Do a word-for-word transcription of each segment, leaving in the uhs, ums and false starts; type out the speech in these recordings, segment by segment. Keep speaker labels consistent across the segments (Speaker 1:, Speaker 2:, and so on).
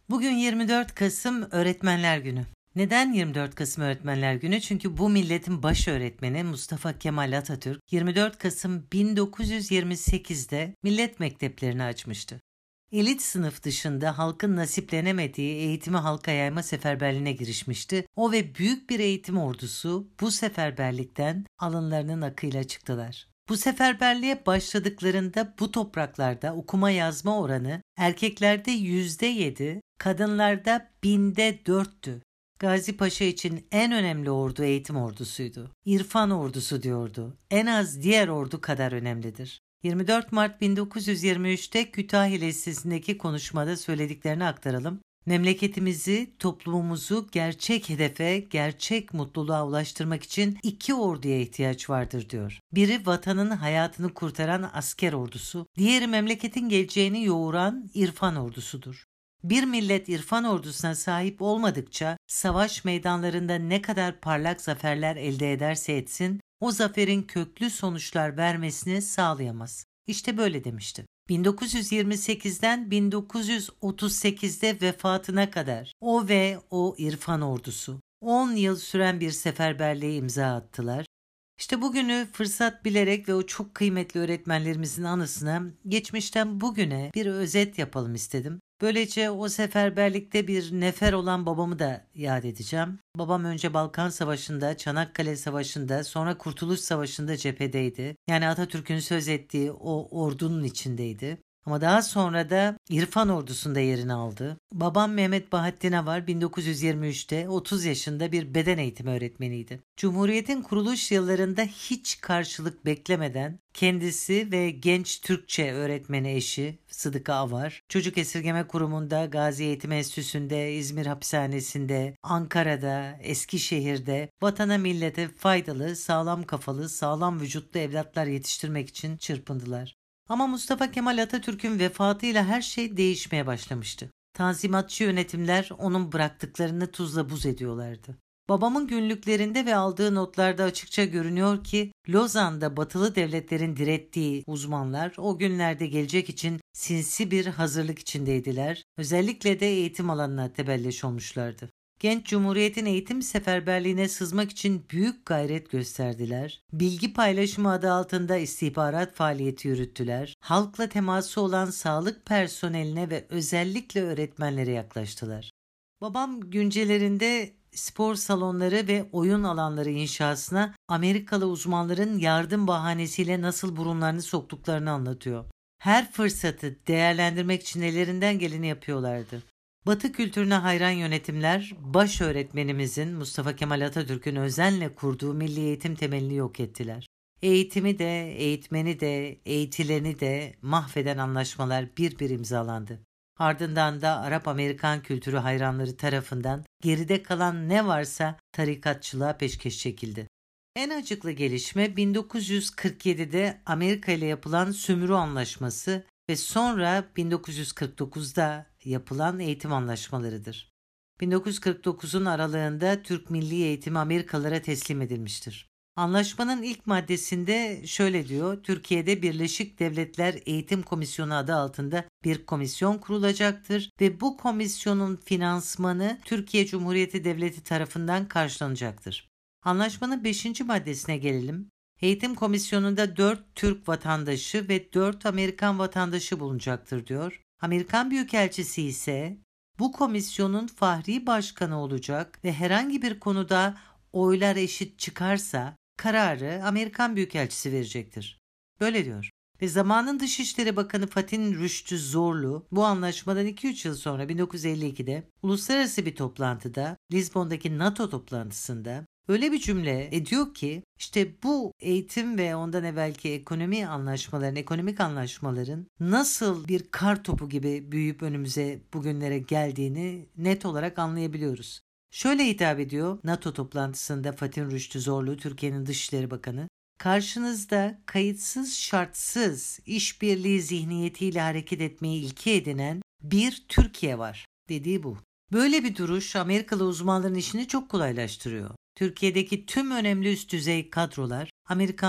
Speaker 1: Bugün yirmi dört Kasım Öğretmenler Günü. Neden yirmi dört Kasım Öğretmenler Günü? Çünkü bu milletin baş öğretmeni Mustafa Kemal Atatürk yirmi dört Kasım bin dokuz yüz yirmi sekizde millet mekteplerini açmıştı. Elit sınıf dışında halkın nasiplenemediği eğitimi halka yayma seferberliğine girişmişti. O ve büyük bir eğitim ordusu bu seferberlikten alınlarının akıyla çıktılar. Bu seferberliğe başladıklarında bu topraklarda okuma yazma oranı erkeklerde yüzde yedi, kadınlarda binde dörttü. Gazi Paşa için en önemli ordu eğitim ordusuydu. İrfan ordusu diyordu. En az diğer ordu kadar önemlidir. yirmi dört Mart bin dokuz yüz yirmi üçte Kütahya Lisesi'ndeki konuşmada söylediklerini aktaralım. Memleketimizi, toplumumuzu gerçek hedefe, gerçek mutluluğa ulaştırmak için iki orduya ihtiyaç vardır diyor. Biri vatanın hayatını kurtaran asker ordusu, diğeri memleketin geleceğini yoğuran irfan ordusudur. Bir millet irfan ordusuna sahip olmadıkça savaş meydanlarında ne kadar parlak zaferler elde ederse etsin, o zaferin köklü sonuçlar vermesini sağlayamaz. İşte böyle demişti. bin dokuz yüz yirmi sekizden bin dokuz yüz otuz sekizde vefatına kadar o ve o irfan ordusu on yıl süren bir seferberliğe imza attılar. İşte bugünü fırsat bilerek ve o çok kıymetli öğretmenlerimizin anısına geçmişten bugüne bir özet yapalım istedim. Böylece o seferberlikte bir nefer olan babamı da yad edeceğim. Babam önce Balkan Savaşı'nda, Çanakkale Savaşı'nda, sonra Kurtuluş Savaşı'nda cephedeydi. Yani Atatürk'ün söz ettiği o ordunun içindeydi. Ama daha sonra da İrfan ordusunda yerini aldı. Babam Mehmet Bahattin Avar bin dokuz yüz yirmi üçte otuz yaşında bir beden eğitimi öğretmeniydi. Cumhuriyet'in kuruluş yıllarında hiç karşılık beklemeden kendisi ve genç Türkçe öğretmeni eşi Sıdıka Avar, Çocuk Esirgeme Kurumu'nda, Gazi Eğitim Enstitüsü'nde, İzmir Hapishanesi'nde, Ankara'da, Eskişehir'de vatana millete faydalı, sağlam kafalı, sağlam vücutlu evlatlar yetiştirmek için çırpındılar. Ama Mustafa Kemal Atatürk'ün vefatıyla her şey değişmeye başlamıştı. Tanzimatçı yönetimler onun bıraktıklarını tuzla buz ediyorlardı. Babamın günlüklerinde ve aldığı notlarda açıkça görünüyor ki Lozan'da batılı devletlerin direttiği uzmanlar o günlerde gelecek için sinsi bir hazırlık içindeydiler. Özellikle de eğitim alanına tebelleş olmuşlardı. Genç Cumhuriyet'in eğitim seferberliğine sızmak için büyük gayret gösterdiler. Bilgi paylaşımı adı altında istihbarat faaliyeti yürüttüler. Halkla teması olan sağlık personeline ve özellikle öğretmenlere yaklaştılar. Babam güncelerinde spor salonları ve oyun alanları inşasına Amerikalı uzmanların yardım bahanesiyle nasıl burunlarını soktuklarını anlatıyor. Her fırsatı değerlendirmek için ellerinden geleni yapıyorlardı. Batı kültürüne hayran yönetimler, baş öğretmenimizin Mustafa Kemal Atatürk'ün özenle kurduğu milli eğitim temelini yok ettiler. Eğitimi de, eğitmeni de, eğitileni de mahveden anlaşmalar bir bir imzalandı. Ardından da Arap-Amerikan kültürü hayranları tarafından geride kalan ne varsa tarikatçılığa peşkeş çekildi. En acıklı gelişme bin dokuz yüz kırk yedide Amerika ile yapılan Sömürü Anlaşması ve sonra bin dokuz yüz kırk dokuzda yapılan eğitim anlaşmalarıdır. bin dokuz yüz kırk dokuzun aralığında Türk Milli Eğitimi Amerikalılara teslim edilmiştir. Anlaşmanın ilk maddesinde şöyle diyor: Türkiye'de Birleşik Devletler Eğitim Komisyonu adı altında bir komisyon kurulacaktır ve bu komisyonun finansmanı Türkiye Cumhuriyeti Devleti tarafından karşılanacaktır. Anlaşmanın beşinci maddesine gelelim. Eğitim komisyonunda dört Türk vatandaşı ve dört Amerikan vatandaşı bulunacaktır diyor. Amerikan Büyükelçisi ise bu komisyonun fahri başkanı olacak ve herhangi bir konuda oylar eşit çıkarsa kararı Amerikan Büyükelçisi verecektir. Böyle diyor. Ve zamanın Dışişleri Bakanı Fatih Rüştü Zorlu bu anlaşmadan iki üç yıl sonra bin dokuz yüz elli ikide uluslararası bir toplantıda, Lizbon'daki NATO toplantısında öyle bir cümle ediyor ki işte bu eğitim ve ondan evvelki ekonomi anlaşmaların, ekonomik anlaşmaların nasıl bir kar topu gibi büyüyüp önümüze bugünlere geldiğini net olarak anlayabiliyoruz. Şöyle hitap ediyor NATO toplantısında Fatih Rüştü Zorlu, Türkiye'nin Dışişleri Bakanı. Karşınızda kayıtsız şartsız işbirliği zihniyetiyle hareket etmeyi ilke edinen bir Türkiye var dediği bu. Böyle bir duruş Amerikalı uzmanların işini çok kolaylaştırıyor. Türkiye'deki tüm önemli üst düzey kadrolar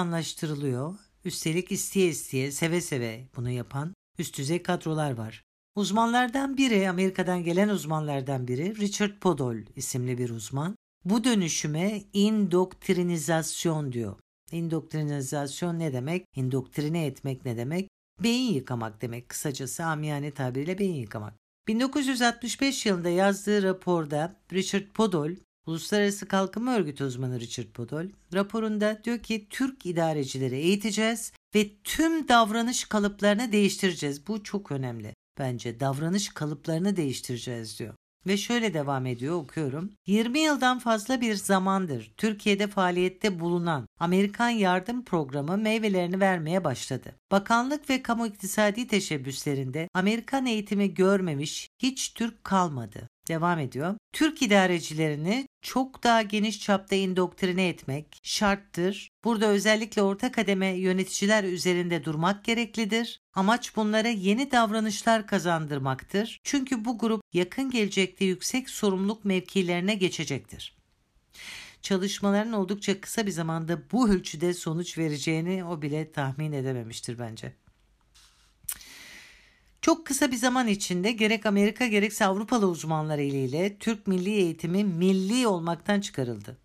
Speaker 1: Amerikanlaştırılıyor. Üstelik isteye isteye, seve seve bunu yapan üst düzey kadrolar var. Uzmanlardan biri, Amerika'dan gelen uzmanlardan biri Richard Podol isimli bir uzman. Bu dönüşüme indoktrinizasyon diyor. İndoktrinizasyon ne demek? İndoktrine etmek ne demek? Beyin yıkamak demek. Kısacası amiyane tabiriyle beyin yıkamak. bin dokuz yüz altmış beş yılında yazdığı raporda Richard Podol, Uluslararası Kalkınma Örgütü uzmanı Richard Podol, raporunda diyor ki Türk idarecileri eğiteceğiz ve tüm davranış kalıplarını değiştireceğiz. Bu çok önemli bence. Davranış kalıplarını değiştireceğiz diyor. Ve şöyle devam ediyor, okuyorum. yirmi yıldan fazla bir zamandır Türkiye'de faaliyette bulunan Amerikan yardım programı meyvelerini vermeye başladı. Bakanlık ve kamu iktisadi teşebbüslerinde Amerikan eğitimi görmemiş hiç Türk kalmadı. Devam ediyor. Türk idarecilerini çok daha geniş çapta indoktrine etmek şarttır. Burada özellikle orta kademe yöneticiler üzerinde durmak gereklidir. Amaç bunlara yeni davranışlar kazandırmaktır. Çünkü bu grup yakın gelecekte yüksek sorumluluk mevkilerine geçecektir. Çalışmaların oldukça kısa bir zamanda bu ölçüde sonuç vereceğini o bile tahmin edememiştir bence. Çok kısa bir zaman içinde gerek Amerika gerekse Avrupalı uzmanlar eliyle Türk milli eğitimi milli olmaktan çıkarıldı.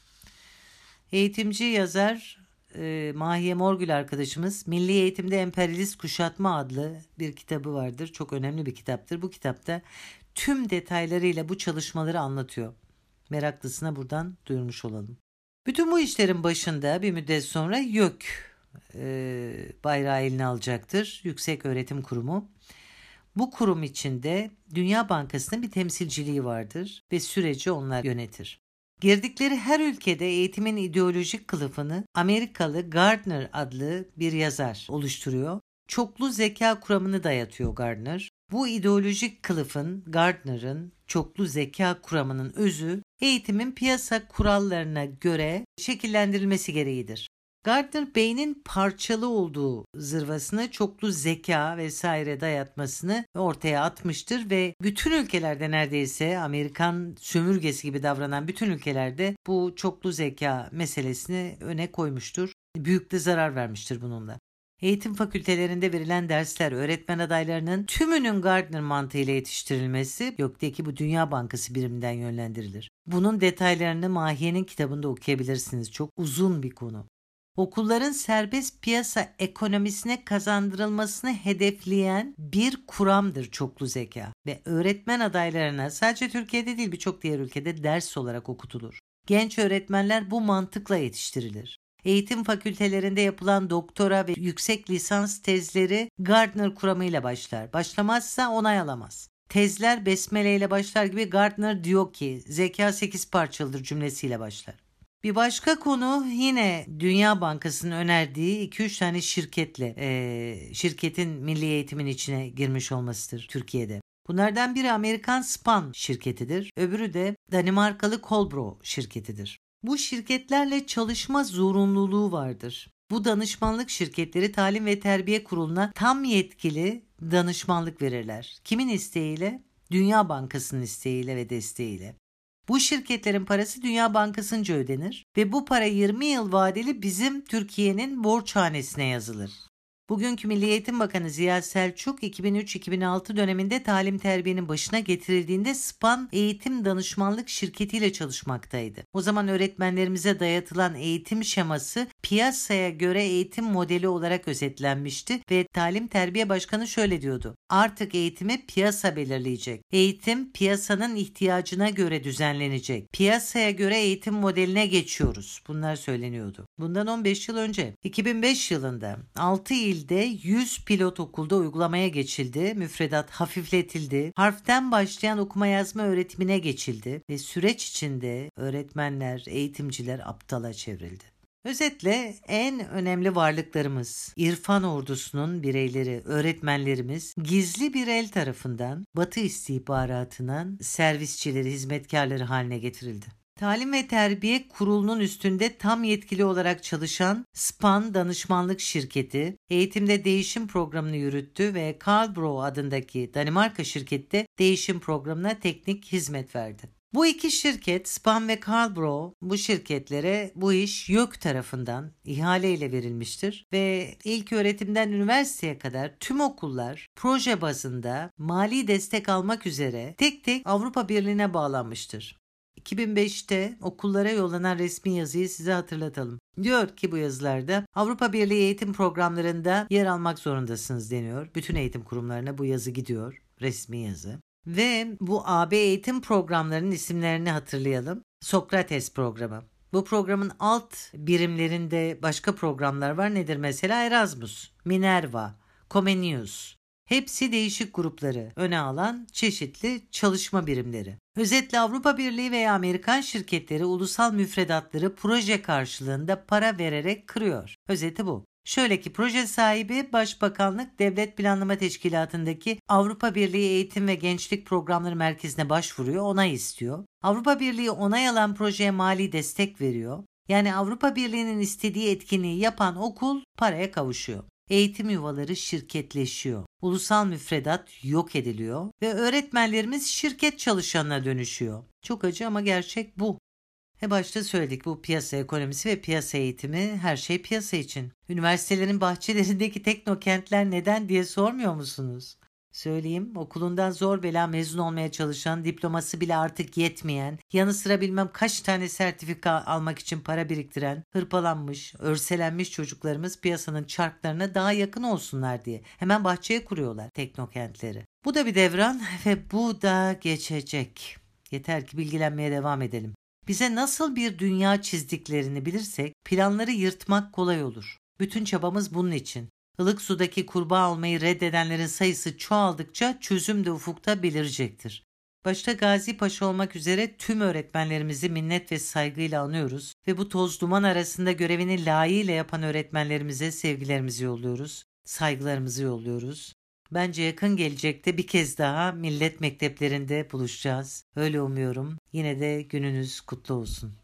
Speaker 1: Eğitimci yazar e, Mahiye Morgül arkadaşımız Milli Eğitimde Emperyalist Kuşatma adlı bir kitabı vardır. Çok önemli bir kitaptır. Bu kitapta tüm detaylarıyla bu çalışmaları anlatıyor. Meraklısına buradan duyurmuş olalım. Bütün bu işlerin başında bir müddet sonra YÖK e, bayrağı eline alacaktır. Yüksek Öğretim Kurumu. Bu kurum içinde Dünya Bankası'nın bir temsilciliği vardır ve süreci onlar yönetir. Girdikleri her ülkede eğitimin ideolojik kılıfını Amerikalı Gardner adlı bir yazar oluşturuyor. Çoklu zeka kuramını dayatıyor Gardner. Bu ideolojik kılıfın, Gardner'ın çoklu zeka kuramının özü eğitimin piyasa kurallarına göre şekillendirilmesi gereğidir. Gardner beynin parçalı olduğu zırvasını çoklu zeka vesaire dayatmasını ortaya atmıştır ve bütün ülkelerde neredeyse Amerikan sömürgesi gibi davranan bütün ülkelerde bu çoklu zeka meselesini öne koymuştur. Büyük de zarar vermiştir bununla. Eğitim fakültelerinde verilen dersler öğretmen adaylarının tümünün Gardner mantığıyla yetiştirilmesi YÖK'teki bu Dünya Bankası biriminden yönlendirilir. Bunun detaylarını Mahiye'nin kitabında okuyabilirsiniz. Çok uzun bir konu. Okulların serbest piyasa ekonomisine kazandırılmasını hedefleyen bir kuramdır çoklu zeka ve öğretmen adaylarına sadece Türkiye'de değil birçok diğer ülkede ders olarak okutulur. Genç öğretmenler bu mantıkla yetiştirilir. Eğitim fakültelerinde yapılan doktora ve yüksek lisans tezleri Gardner kuramıyla başlar. Başlamazsa onay alamaz. Tezler besmele ile başlar gibi Gardner diyor ki zeka sekiz parçalıdır cümlesiyle başlar. Bir başka konu yine Dünya Bankası'nın önerdiği iki üç tane şirketle e, şirketin milli eğitimin içine girmiş olmasıdır Türkiye'de. Bunlardan biri Amerikan Span şirketidir, öbürü de Danimarkalı Colbro şirketidir. Bu şirketlerle çalışma zorunluluğu vardır. Bu danışmanlık şirketleri Talim ve Terbiye Kurulu'na tam yetkili danışmanlık verirler. Kimin isteğiyle? Dünya Bankası'nın isteğiyle ve desteğiyle. Bu şirketlerin parası Dünya Bankası'nca ödenir ve bu para yirmi yıl vadeli bizim Türkiye'nin borçhanesine yazılır. Bugünkü Milli Eğitim Bakanı Ziya Selçuk iki bin üç iki bin altı döneminde talim terbiyenin başına getirildiğinde Span Eğitim Danışmanlık şirketiyle çalışmaktaydı. O zaman öğretmenlerimize dayatılan eğitim şeması piyasaya göre eğitim modeli olarak özetlenmişti ve Talim Terbiye Başkanı şöyle diyordu: Artık eğitimi piyasa belirleyecek. Eğitim piyasanın ihtiyacına göre düzenlenecek. Piyasaya göre eğitim modeline geçiyoruz. Bunlar söyleniyordu. Bundan on beş yıl önce iki bin beş yılında altı il yüz pilot okulda uygulamaya geçildi, müfredat hafifletildi, harften başlayan okuma yazma öğretimine geçildi ve süreç içinde öğretmenler, eğitimciler aptala çevrildi. Özetle en önemli varlıklarımız, İrfan ordusunun bireyleri, öğretmenlerimiz gizli bir el tarafından Batı istihbaratının servisçileri, hizmetkarları haline getirildi. Talim ve Terbiye Kurulu'nun üstünde tam yetkili olarak çalışan Span Danışmanlık Şirketi, eğitimde değişim programını yürüttü ve Carlsbro adındaki Danimarka şirketi de değişim programına teknik hizmet verdi. Bu iki şirket Spam ve Carlsbrough, bu şirketlere bu iş YÖK tarafından ihaleyle verilmiştir ve ilk öğretimden üniversiteye kadar tüm okullar proje bazında mali destek almak üzere tek tek Avrupa Birliği'ne bağlanmıştır. iki bin beşte okullara yollanan resmi yazıyı size hatırlatalım. Diyor ki bu yazılarda Avrupa Birliği eğitim programlarında yer almak zorundasınız deniyor. Bütün eğitim kurumlarına bu yazı gidiyor, resmi yazı. Ve bu A B eğitim programlarının isimlerini hatırlayalım. Sokrates programı. Bu programın alt birimlerinde başka programlar var. Nedir mesela? Erasmus, Minerva, Comenius. Hepsi değişik grupları öne alan çeşitli çalışma birimleri. Özetle Avrupa Birliği veya Amerikan şirketleri ulusal müfredatları proje karşılığında para vererek kırıyor. Özeti bu. Şöyle ki proje sahibi Başbakanlık Devlet Planlama Teşkilatı'ndaki Avrupa Birliği Eğitim ve Gençlik Programları Merkezi'ne başvuruyor, onay istiyor. Avrupa Birliği onay alan projeye mali destek veriyor. Yani Avrupa Birliği'nin istediği etkinliği yapan okul paraya kavuşuyor. Eğitim yuvaları şirketleşiyor. Ulusal müfredat yok ediliyor ve öğretmenlerimiz şirket çalışanına dönüşüyor. Çok acı ama gerçek bu. He başta söyledik, bu piyasa ekonomisi ve piyasa eğitimi, her şey piyasa için. Üniversitelerin bahçelerindeki teknokentler neden diye sormuyor musunuz? Söyleyeyim, okulundan zor bela mezun olmaya çalışan, diploması bile artık yetmeyen, yanı sıra bilmem kaç tane sertifika almak için para biriktiren, hırpalanmış, örselenmiş çocuklarımız piyasanın çarklarına daha yakın olsunlar diye hemen bahçeye kuruyorlar teknokentleri. Bu da bir devran ve bu da geçecek. Yeter ki bilgilenmeye devam edelim. Bize nasıl bir dünya çizdiklerini bilirsek planları yırtmak kolay olur. Bütün çabamız bunun için. Ilık sudaki kurbağa olmayı reddedenlerin sayısı çoğaldıkça çözüm de ufukta belirecektir. Başta Gazi Paşa olmak üzere tüm öğretmenlerimizi minnet ve saygıyla anıyoruz ve bu toz duman arasında görevini layığıyla yapan öğretmenlerimize sevgilerimizi yolluyoruz, saygılarımızı yolluyoruz. Bence yakın gelecekte bir kez daha millet mekteplerinde buluşacağız. Öyle umuyorum. Yine de gününüz kutlu olsun.